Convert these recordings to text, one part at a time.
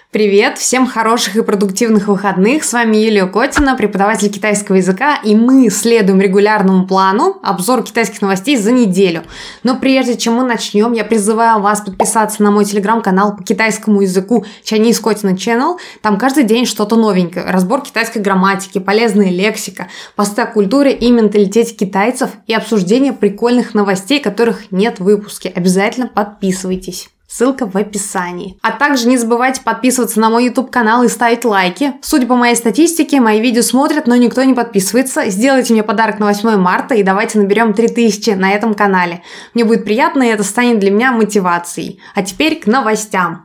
Привет! Всем хороших и продуктивных выходных! С вами Юлия Котина, преподаватель китайского языка, и мы следуем регулярному плану обзор китайских новостей за неделю. Но прежде чем мы начнем, я призываю вас подписаться на мой телеграм-канал по китайскому языку Chinese Kotina Channel. Там каждый день что-то новенькое. Разбор китайской грамматики, полезная лексика, посты о культуре и менталитете китайцев и обсуждение прикольных новостей, которых нет в выпуске. Обязательно подписывайтесь. Ссылка в описании. А также не забывайте подписываться на мой YouTube-канал и ставить лайки. Судя по моей статистике, мои видео смотрят, но никто не подписывается. Сделайте мне подарок на 8 марта и давайте наберем 3000 на этом канале. Мне будет приятно, и это станет для меня мотивацией. А теперь к новостям.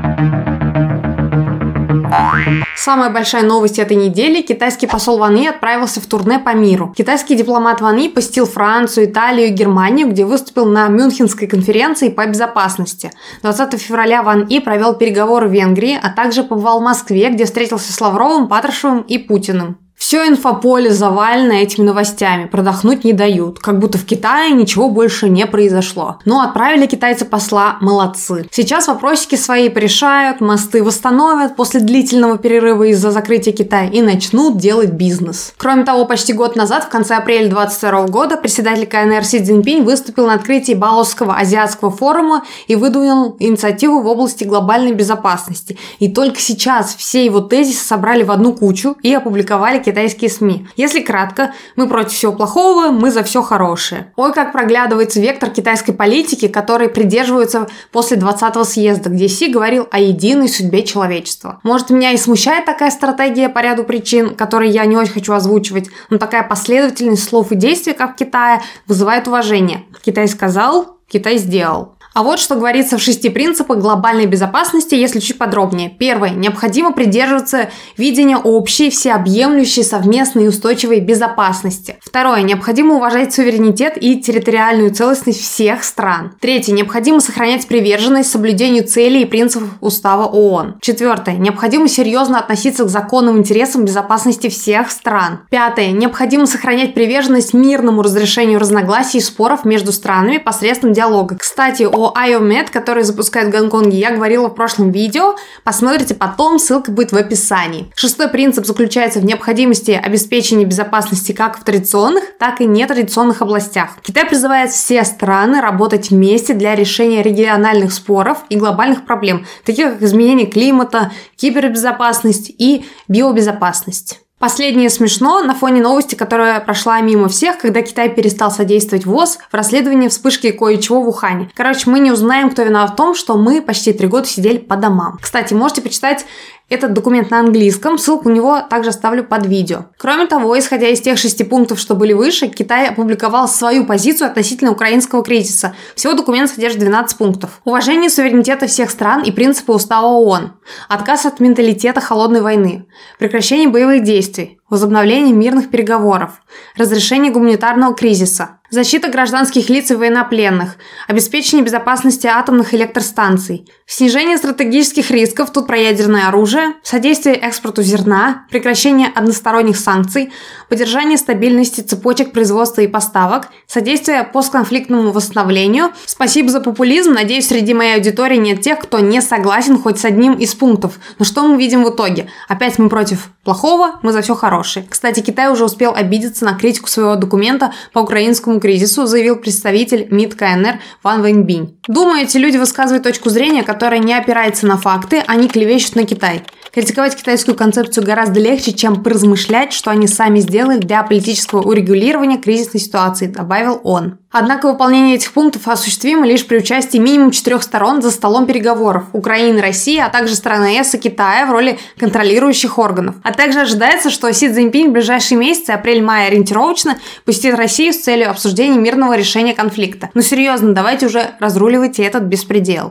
Самая большая новость этой недели – китайский посол Ван И отправился в турне по миру. Китайский дипломат Ван И посетил Францию, Италию и Германию, где выступил на Мюнхенской конференции по безопасности. 20 февраля Ван И провел переговоры в Венгрии, а также побывал в Москве, где встретился с Лавровым, Патрушевым и Путиным. Все инфополе завалено этими новостями, продохнуть не дают, как будто в Китае ничего больше не произошло. Но отправили китайцы посла, молодцы. Сейчас вопросики свои порешают, мосты восстановят после длительного перерыва из-за закрытия Китая и начнут делать бизнес. Кроме того, почти год назад, в конце апреля 2022 года, председатель КНР Си Цзиньпинь выступил на открытии Баосского азиатского форума и выдвинул инициативу в области глобальной безопасности. И только сейчас все его тезисы собрали в одну кучу и опубликовали китайские СМИ. Если кратко, мы против всего плохого, мы за все хорошее. Ой, как проглядывается вектор китайской политики, который придерживается после 20-го съезда, где Си говорил о единой судьбе человечества. Может, меня и смущает такая стратегия по ряду причин, которые я не очень хочу озвучивать, но такая последовательность слов и действий, как в Китае, вызывает уважение. Китай сказал, Китай сделал. А вот что говорится в 6 принципах глобальной безопасности, если чуть подробнее. Первое. Необходимо придерживаться видения общей, всеобъемлющей, совместной и устойчивой безопасности. Второе. Необходимо уважать суверенитет и территориальную целостность всех стран. Третье. Необходимо сохранять приверженность соблюдению целей и принципов Устава ООН. Четвертое. Необходимо серьезно относиться к законным интересам безопасности всех стран. Пятое. Необходимо сохранять приверженность мирному разрешению разногласий и споров между странами посредством диалога. Кстати, о IOMED, который запускает в Гонконге, я говорила в прошлом видео. Посмотрите потом, ссылка будет в описании. Шестой принцип заключается в необходимости обеспечения безопасности как в традиционных, так и нетрадиционных областях. Китай призывает все страны работать вместе для решения региональных споров и глобальных проблем, таких как изменение климата, кибербезопасность и биобезопасность. Последнее смешно на фоне новости, которая прошла мимо всех, когда Китай перестал содействовать ВОЗ в расследовании вспышки кое-чего в Ухане. Короче, мы не узнаем, кто виноват в том, что мы почти 3 года сидели по домам. Кстати, можете почитать этот документ на английском, ссылку у него также оставлю под видео. Кроме того, исходя из тех 6 пунктов, что были выше, Китай опубликовал свою позицию относительно украинского кризиса. Всего документ содержит 12 пунктов. Уважение суверенитета всех стран и принципы Устава ООН. Отказ от менталитета холодной войны. Прекращение боевых действий. Возобновление мирных переговоров. Разрешение гуманитарного кризиса. Защита гражданских лиц и военнопленных. Обеспечение безопасности атомных электростанций. Снижение стратегических рисков, тут про ядерное оружие. Содействие экспорту зерна. Прекращение односторонних санкций. Поддержание стабильности цепочек производства и поставок. Содействие постконфликтному восстановлению. Спасибо за популизм. Надеюсь, среди моей аудитории нет тех, кто не согласен хоть с одним из пунктов. Но что мы видим в итоге? Опять мы против плохого, мы за все хорошее. Кстати, Китай уже успел обидеться на критику своего документа по украинскому кризису, заявил представитель МИД КНР Ван Вэньбинь. Думаю, эти люди высказывают точку зрения, которая не опирается на факты, они клевещут на Китай. Критиковать китайскую концепцию гораздо легче, чем поразмышлять, что они сами сделали для политического урегулирования кризисной ситуации, добавил он. Однако выполнение этих пунктов осуществимо лишь при участии минимум 4 сторон за столом переговоров – Украины, России, а также стран ЕС и Китая в роли контролирующих органов. А также ожидается, что Си Цзиньпинь в ближайшие месяцы, апрель-май ориентировочно, посетит Россию с целью обсуждения мирного решения конфликта. Но серьезно, давайте уже разруливайте этот беспредел.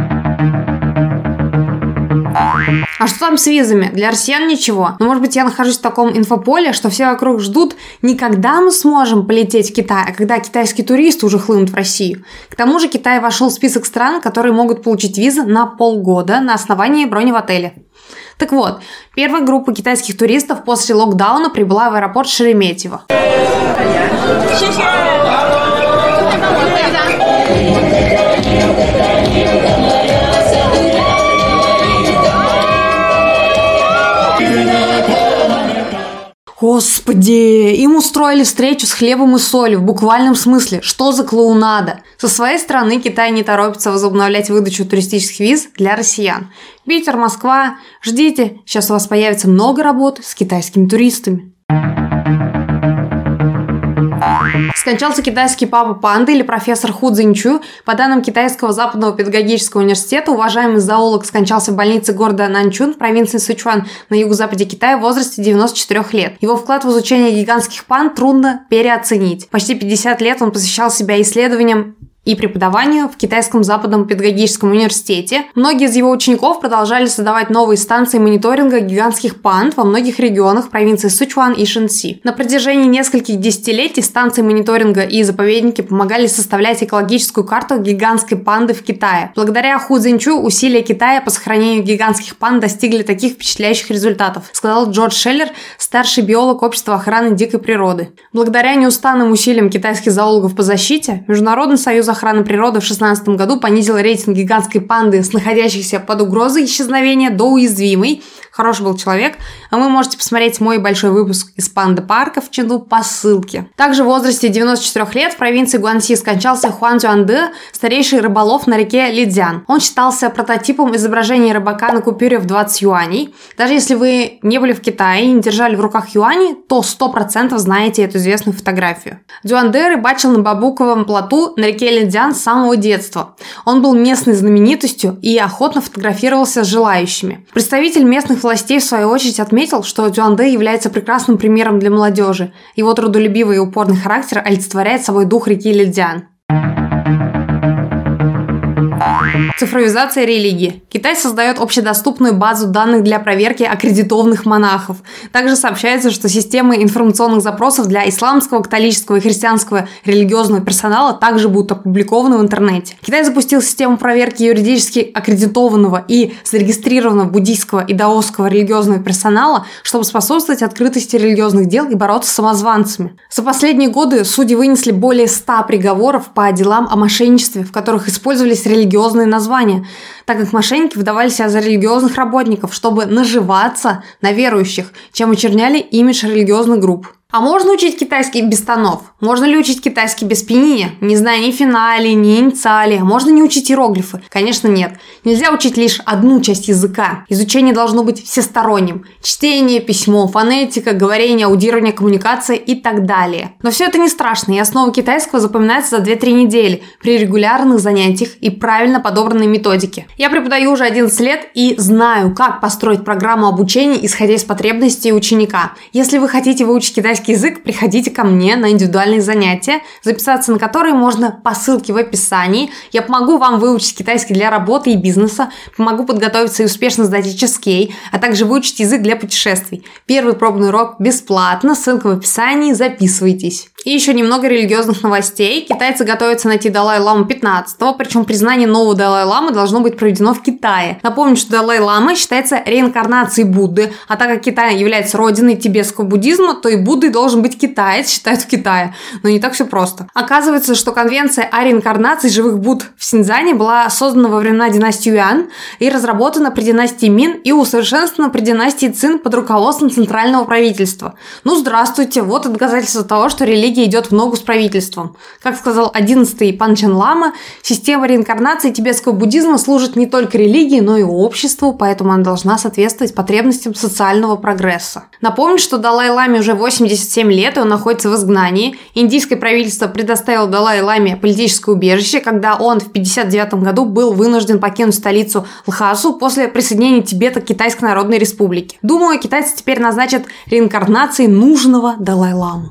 А что там с визами? Для россиян ничего. Но, может быть, я нахожусь в таком инфополе, что все вокруг ждут не когда мы сможем полететь в Китай, а когда китайские туристы уже хлынут в Россию. К тому же Китай вошел в список стран, которые могут получить визы на полгода на основании брони в отеле. Так вот, первая группа китайских туристов после локдауна прибыла в аэропорт Шереметьево. Господи, им устроили встречу с хлебом и солью в буквальном смысле. Что за клоунада? Со своей стороны Китай не торопится возобновлять выдачу туристических виз для россиян. Питер, Москва, ждите, сейчас у вас появится много работы с китайскими туристами. Скончался китайский папа панды или профессор Ху Цзиньчу. По данным Китайского западного педагогического университета, уважаемый зоолог скончался в больнице города Нанчун, провинции Сычуань, на юго-западе Китая в возрасте 94 лет. Его вклад в изучение гигантских панд трудно переоценить. Почти 50 лет он посвящал себя исследованиям и преподаванию в Китайском западном педагогическом университете. Многие из его учеников продолжали создавать новые станции мониторинга гигантских панд во многих регионах провинции Сычуань и Шэньси. На протяжении нескольких десятилетий станции мониторинга и заповедники помогали составлять экологическую карту гигантской панды в Китае. Благодаря Ху Цзиньчу усилия Китая по сохранению гигантских панд достигли таких впечатляющих результатов, сказал Джордж Шеллер, старший биолог Общества охраны дикой природы. Благодаря неустанным усилиям китайских зоологов по защите, Международный союз охраны природы в 2016 году понизил рейтинг гигантской панды с находящейся под угрозой исчезновения до уязвимой. Хороший был человек. А вы можете посмотреть мой большой выпуск из панда-парка в Чэнду по ссылке. Также в возрасте 94 лет в провинции Гуанси скончался Хуан Цюаньде, старейший рыболов на реке Лидзян. Он считался прототипом изображения рыбака на купюре в 20 юаней. Даже если вы не были в Китае и не держали в руках юани, то 100% знаете эту известную фотографию. Цюаньде рыбачил на бамбуковом плоту на реке Лидзян с самого детства. Он был местной знаменитостью и охотно фотографировался с желающими. Представитель местных властей в свою очередь отметил, что Цюаньде является прекрасным примером для молодежи. Его трудолюбивый и упорный характер олицетворяет собой дух реки Лидзян. Цифровизация религии. Китай создает общедоступную базу данных для проверки аккредитованных монахов. Также сообщается, что системы информационных запросов для исламского, католического и христианского религиозного персонала также будут опубликованы в интернете. Китай запустил систему проверки юридически аккредитованного и зарегистрированного буддийского и даосского религиозного персонала, чтобы способствовать открытости религиозных дел и бороться с самозванцами. За последние годы судьи вынесли более 100 приговоров по делам о мошенничестве, в которых использовались религиозные названия, так как мошенники выдавали себя за религиозных работников, чтобы наживаться на верующих, чем очерняли имидж религиозных групп. А можно учить китайский без тонов? Можно ли учить китайский без пиньи, не зная ни финалей, ни инициалей? Можно не учить иероглифы? Конечно, нет. Нельзя учить лишь одну часть языка. Изучение должно быть всесторонним. Чтение, письмо, фонетика, говорение, аудирование, коммуникация и так далее. Но все это не страшно, и основа китайского запоминается за 2-3 недели при регулярных занятиях и правильно подобранной методике. Я преподаю уже 11 лет и знаю, как построить программу обучения, исходя из потребностей ученика. Если вы хотите выучить китайский язык, приходите ко мне на индивидуальные занятия, записаться на которые можно по ссылке в описании. Я помогу вам выучить китайский для работы и бизнеса, помогу подготовиться и успешно сдать HSK, а также выучить язык для путешествий. Первый пробный урок бесплатно, ссылка в описании, записывайтесь. И еще немного религиозных новостей. Китайцы готовятся найти Далай-ламу 15-го, причем признание нового Далай-ламы должно быть проведено в Китае. Напомню, что Далай-лама считается реинкарнацией Будды, а так как Китай является родиной тибетского буддизма, то и Буддой должен быть китаец, считают в Китае. Но не так все просто. Оказывается, что конвенция о реинкарнации живых Будд в Синьцзяне была создана во времена династии Юань и разработана при династии Мин и усовершенствована при династии Цин под руководством центрального правительства. Ну, здравствуйте, вот и доказательство того, что религия идет в ногу с правительством. Как сказал 11-й Панчен Лама, система реинкарнации тибетского буддизма служит не только религии, но и обществу, поэтому она должна соответствовать потребностям социального прогресса. Напомню, что Далай-ламе уже 87 лет, и он находится в изгнании. Индийское правительство предоставило Далай-ламе политическое убежище, когда он в 1959 году был вынужден покинуть столицу Лхасу после присоединения Тибета к Китайской Народной Республике. Думаю, китайцы теперь назначат реинкарнацией нужного Далай-ламу.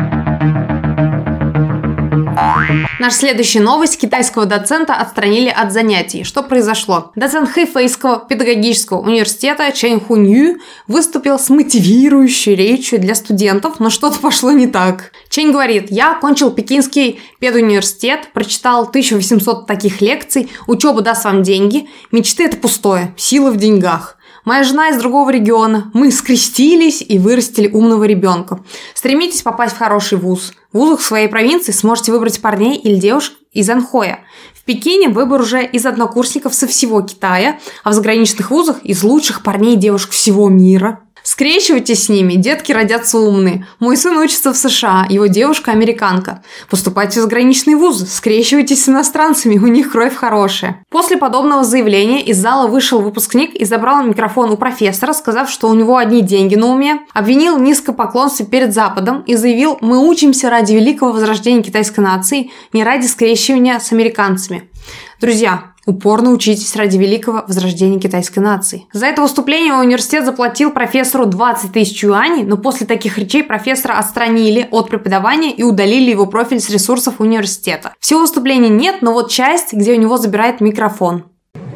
Наша следующая новость. Китайского доцента отстранили от занятий. Что произошло? Доцент Хэйфэйского педагогического университета Чэнь Хунью выступил с мотивирующей речью для студентов, но что-то пошло не так. Чэнь говорит: я окончил Пекинский педуниверситет, прочитал 1800 таких лекций, учеба даст вам деньги, мечты – это пустое, сила в деньгах. Моя жена из другого региона. Мы скрестились и вырастили умного ребенка. Стремитесь попасть в хороший вуз. В вузах своей провинции сможете выбрать парней или девушек из Анхоя. В Пекине выбор уже из однокурсников со всего Китая, а в заграничных вузах из лучших парней и девушек всего мира. Скрещивайтесь с ними, детки родятся умные. Мой сын учится в США, его девушка американка. Поступайте в заграничные вузы, скрещивайтесь с иностранцами, у них кровь хорошая. После подобного заявления из зала вышел выпускник и забрал микрофон у профессора, сказав, что у него одни деньги на уме, обвинил в низкопоклонстве перед Западом и заявил: «Мы учимся ради великого возрождения китайской нации, не ради скрещивания с американцами». Друзья, упорно учитесь ради великого возрождения китайской нации. За это выступление университет заплатил профессору 20 тысяч юаней, но после таких речей профессора отстранили от преподавания и удалили его профиль с ресурсов университета. Всего выступления нет, но вот часть, где у него забирает микрофон.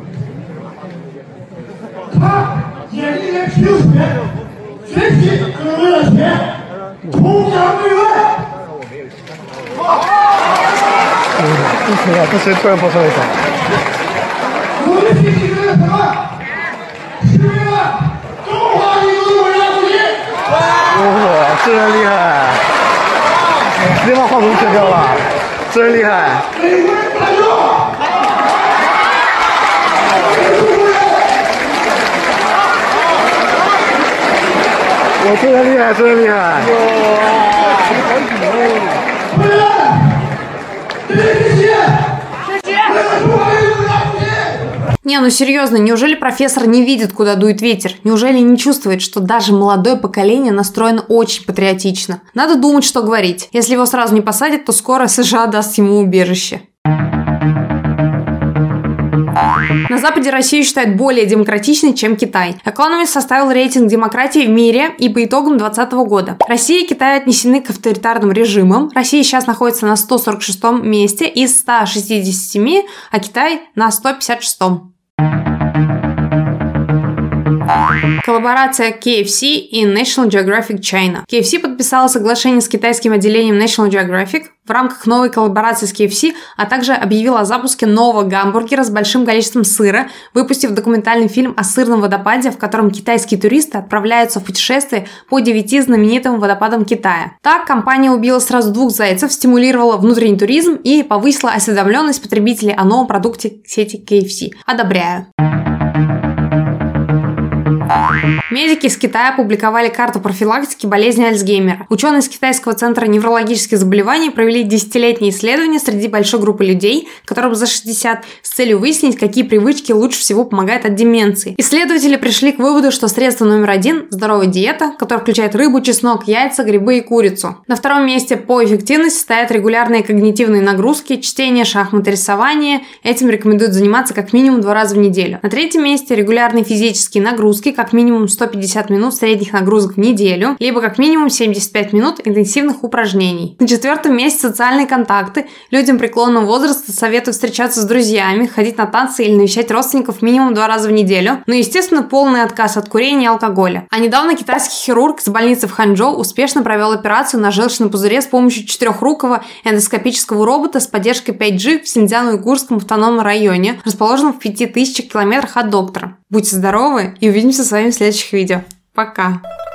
Не, ну серьезно, неужели профессор не видит, куда дует ветер? Неужели не чувствует, что даже молодое поколение настроено очень патриотично? Надо думать, что говорить. Если его сразу не посадят, то скоро США даст ему убежище. На Западе Россию считают более демократичной, чем Китай. Economist составил рейтинг демократии в мире и по итогам 2020 года. Россия и Китай отнесены к авторитарным режимам. Россия сейчас находится на 146-м месте из 167, а Китай на 156-м. Коллаборация KFC и National Geographic China. KFC подписала соглашение с китайским отделением National Geographic в рамках новой коллаборации с KFC, а также объявила о запуске нового гамбургера с большим количеством сыра, выпустив документальный фильм о сырном водопаде, в котором китайские туристы отправляются в путешествие по 9 знаменитым водопадам Китая. Так, компания убила сразу 2 зайцев, стимулировала внутренний туризм и повысила осведомленность потребителей о новом продукте сети KFC. Одобряю. Медики из Китая опубликовали карту профилактики болезни Альцгеймера. Ученые из Китайского центра неврологических заболеваний провели 10-летние исследования среди большой группы людей, которым за 60, с целью выяснить, какие привычки лучше всего помогают от деменции. Исследователи пришли к выводу, что средство номер 1 – здоровая диета, которая включает рыбу, чеснок, яйца, грибы и курицу. На втором месте по эффективности стоят регулярные когнитивные нагрузки, чтение, шахматы, рисование. Этим рекомендуют заниматься как минимум 2 раза в неделю. На третьем месте регулярные физические нагрузки, как минимум 150 минут средних нагрузок в неделю, либо как минимум 75 минут интенсивных упражнений. На 4-м месте социальные контакты. Людям преклонного возраста советуют встречаться с друзьями, ходить на танцы или навещать родственников минимум 2 раза в неделю. Но, естественно, полный отказ от курения и алкоголя. А недавно китайский хирург из больницы в Ханчжоу успешно провел операцию на желчном пузыре с помощью 4-рукого эндоскопического робота с поддержкой 5G в Синьцзян-Уйгурском автономном районе, расположенном в 5000 километрах от доктора. Будьте здоровы и увидимся с вами в следующих видео. Пока!